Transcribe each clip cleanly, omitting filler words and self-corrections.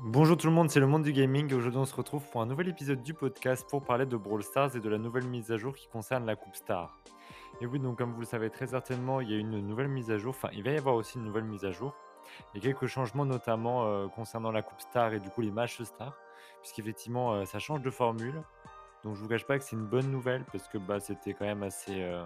Bonjour tout le monde, c'est le monde du gaming et aujourd'hui on se retrouve pour un nouvel épisode du podcast pour parler de Brawl Stars et de la nouvelle mise à jour qui concerne la Coupe Star. Et oui, donc comme vous le savez très certainement, il y a une nouvelle mise à jour, enfin il va y avoir aussi une nouvelle mise à jour et quelques changements notamment concernant la Coupe Star et du coup les matchs Star, puisqu'effectivement ça change de formule. Donc je vous cache pas que c'est une bonne nouvelle parce que c'était quand même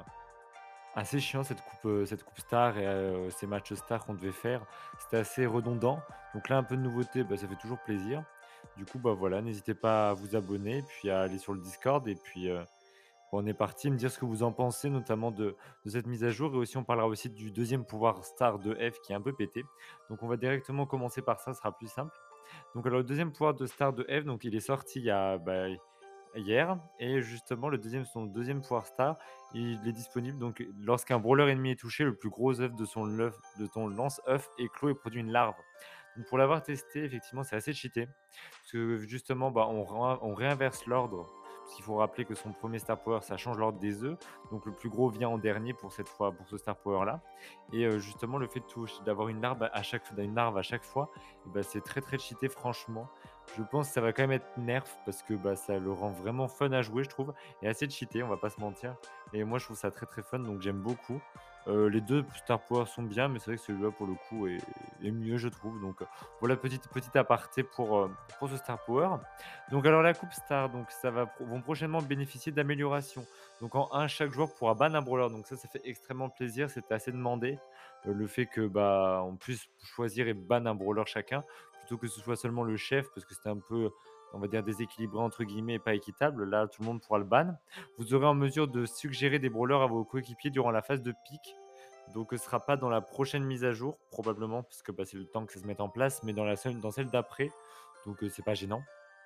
assez chiant cette coupe star et ces matchs stars qu'on devait faire. C'était assez redondant. Donc là, un peu de nouveauté, ça fait toujours plaisir. Du coup, voilà, n'hésitez pas à vous abonner, puis à aller sur le Discord et puis, on est parti, me dire ce que vous en pensez, notamment de cette mise à jour et aussi on parlera aussi du deuxième pouvoir star de F qui est un peu pété. Donc on va directement commencer par ça, ce sera plus simple. Donc alors le deuxième pouvoir de star de F, donc il est sorti il y a, hier et justement son deuxième pouvoir star, il est disponible donc lorsqu'un brawler ennemi est touché, le plus gros œuf de ton lance-œuf éclot et produit une larve. Donc pour l'avoir testé, effectivement, c'est assez cheaté parce que justement, on réinverse l'ordre. Parce qu'il faut rappeler que son premier star power, ça change l'ordre des œufs. Donc le plus gros vient en dernier pour cette fois, pour ce star power là. Et justement, le fait d'avoir une larve à chaque fois, c'est très très cheaté, franchement. Je pense que ça va quand même être nerf parce que ça le rend vraiment fun à jouer, je trouve, et assez cheaté, on va pas se mentir. Et moi, je trouve ça très très fun, donc j'aime beaucoup. Les deux Star Power sont bien, mais c'est vrai que celui-là, pour le coup, est mieux, je trouve. Donc voilà, petite aparté pour ce Star Power. Donc alors la Coupe Star, donc vont prochainement bénéficier d'améliorations. Donc en un, chaque joueur pourra ban un brawler, donc ça fait extrêmement plaisir, c'était assez demandé. Le fait que on puisse choisir et ban un brawler chacun, plutôt que ce soit seulement le chef, parce que c'était un peu, on va dire, déséquilibré entre guillemets et pas équitable. Là, tout le monde pourra le ban. Vous aurez en mesure de suggérer des brawlers à vos coéquipiers durant la phase de pique. Donc, ce ne sera pas dans la prochaine mise à jour, probablement, parce que c'est le temps que ça se mette en place, mais dans celle d'après. Donc, c'est pas gênant.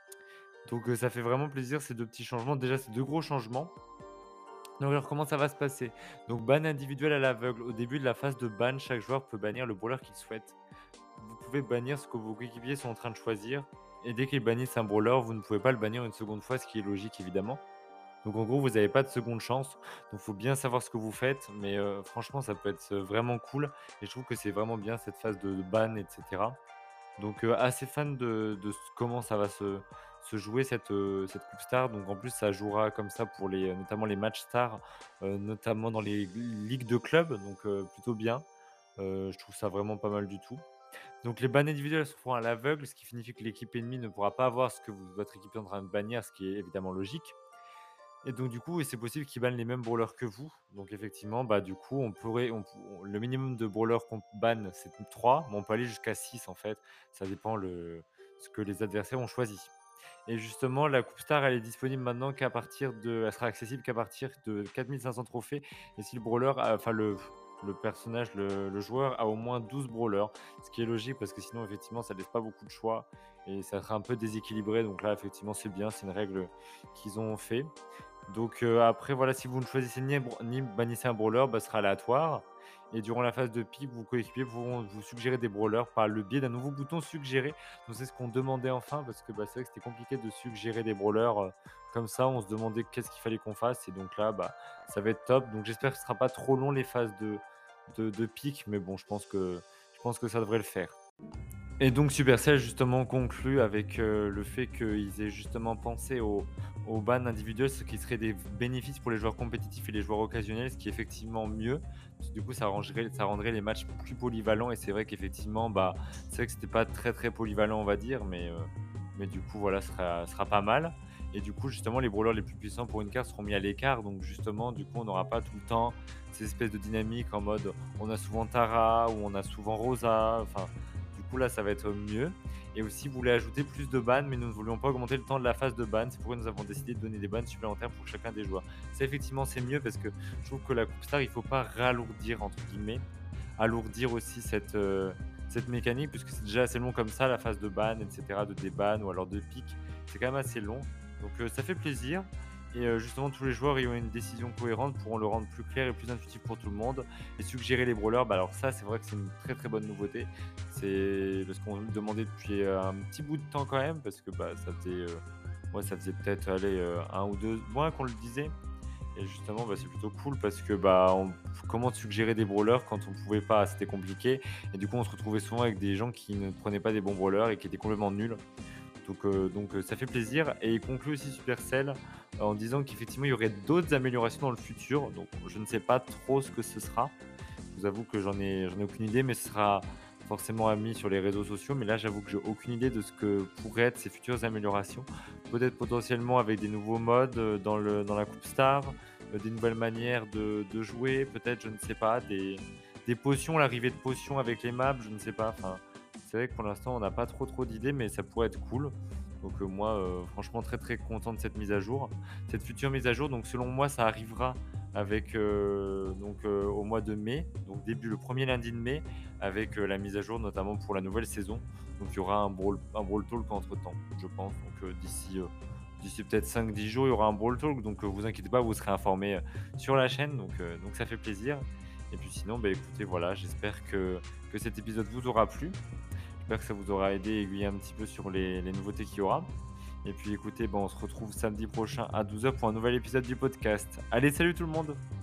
Donc, ça fait vraiment plaisir ces deux petits changements. Déjà, ces deux gros changements. Donc, alors, comment ça va se passer? Donc, ban individuel à l'aveugle. Au début de la phase de ban, chaque joueur peut bannir le brawler qu'il souhaite. Vous pouvez bannir ce que vos coéquipiers sont en train de choisir. Et dès qu'ils bannissent un brawler, vous ne pouvez pas le bannir une seconde fois, ce qui est logique évidemment. Donc en gros, vous n'avez pas de seconde chance. Donc il faut bien savoir ce que vous faites. Mais franchement, ça peut être vraiment cool. Et je trouve que c'est vraiment bien cette phase de ban, etc. Donc assez fan comment ça va se jouer cette Coupe Star. Donc en plus, ça jouera comme ça pour notamment les matchs stars, notamment dans les ligues de clubs. Donc plutôt bien. Je trouve ça vraiment pas mal du tout. Donc les bans individuels se feront à l'aveugle, ce qui signifie que l'équipe ennemie ne pourra pas voir ce que votre équipe est en train de bannir, ce qui est évidemment logique. Et donc du coup, c'est possible qu'ils bannent les mêmes brawlers que vous. Donc effectivement, du coup, le minimum de brawlers qu'on banne, c'est 3, mais on peut aller jusqu'à 6 en fait. Ça dépend ce que les adversaires ont choisi. Et justement, la Coupe Star, elle est disponible maintenant elle sera accessible qu'à partir de 4 500 trophées. Et si le personnage, le joueur a au moins 12 brawlers, ce qui est logique parce que sinon, effectivement, ça laisse pas beaucoup de choix et ça sera un peu déséquilibré. Donc là, effectivement, c'est bien, c'est une règle qu'ils ont fait. Donc après voilà, si vous ne choisissez ni bannissez un brawler, ce sera aléatoire et durant la phase de pique, vos coéquipiers pourront vous suggérer des brawlers par le biais d'un nouveau bouton suggérer. Donc c'est ce qu'on demandait enfin parce que, c'est vrai que c'était compliqué de suggérer des brawlers, comme ça. On se demandait qu'est-ce qu'il fallait qu'on fasse et donc là, ça va être top. Donc j'espère que ce sera pas trop long les phases de pique, mais bon, je pense que ça devrait le faire. Et donc Supercell justement conclut avec, le fait qu'ils aient justement pensé au ban individuel, ce qui serait des bénéfices pour les joueurs compétitifs et les joueurs occasionnels, ce qui est effectivement mieux. Parce que du coup, ça rendrait les matchs plus polyvalents et c'est vrai qu'effectivement, c'est vrai que c'était pas très, très polyvalent, on va dire, mais du coup, voilà, ce sera pas mal. Et du coup, justement, les brawlers les plus puissants pour une carte seront mis à l'écart. Donc justement, du coup, on n'aura pas tout le temps ces espèces de dynamiques en mode, on a souvent Tara ou on a souvent Rosa, enfin du coup, là, ça va être mieux. Et aussi, vous voulez ajouter plus de bans, mais nous ne voulions pas augmenter le temps de la phase de ban. C'est pourquoi nous avons décidé de donner des bans supplémentaires pour chacun des joueurs. Ça, effectivement, c'est mieux parce que je trouve que la Coupe Star, il ne faut pas ralourdir, entre guillemets, alourdir aussi cette mécanique, puisque c'est déjà assez long comme ça, la phase de ban, etc., de déban ou alors de pic. C'est quand même assez long. Donc, ça fait plaisir. Et justement, tous les joueurs ayant une décision cohérente pourront le rendre plus clair et plus intuitif pour tout le monde. Et suggérer les brawlers, alors ça, c'est vrai que c'est une très très bonne nouveauté. C'est ce qu'on demandait depuis un petit bout de temps quand même, parce que ça faisait peut-être aller 1 ou 2 mois qu'on le disait. et justement, bah, c'est plutôt cool parce que, bah, on comment suggérer des brawlers quand on pouvait pas? C'était compliqué et du coup, on se retrouvait souvent avec des gens qui ne prenaient pas des bons brawlers et qui étaient complètement nuls. Donc ça fait plaisir et il conclut aussi Supercell en disant qu'effectivement, il y aurait d'autres améliorations dans le futur. Donc je ne sais pas trop ce que ce sera. Je vous avoue que j'en ai aucune idée, mais ce sera forcément mis sur les réseaux sociaux. Mais là, j'avoue que j'ai aucune idée de ce que pourraient être ces futures améliorations. Peut-être potentiellement avec des nouveaux modes, dans la coupe star, des nouvelles manières de jouer, peut-être, je ne sais pas, des potions, l'arrivée de potions avec les maps, je ne sais pas. Enfin, c'est vrai que pour l'instant, on n'a pas trop d'idées, mais ça pourrait être cool. Donc, moi, franchement très, très content de cette mise à jour. Cette future mise à jour, donc selon moi, ça arrivera avec, au mois de mai, donc début le premier lundi de mai, avec, la mise à jour notamment pour la nouvelle saison. Donc il y aura un Brawl Talk entre-temps, je pense. Donc, d'ici peut-être 5-10 jours, il y aura un Brawl Talk. Donc, vous inquiétez pas, vous serez informés, sur la chaîne. Donc ça fait plaisir. Et puis sinon, bah, écoutez, voilà, j'espère que cet épisode vous aura plu. J'espère que ça vous aura aidé et aiguillé un petit peu sur les nouveautés qu'il y aura. Et puis écoutez, bon, on se retrouve samedi prochain à 12 h pour un nouvel épisode du podcast. Allez, salut tout le monde!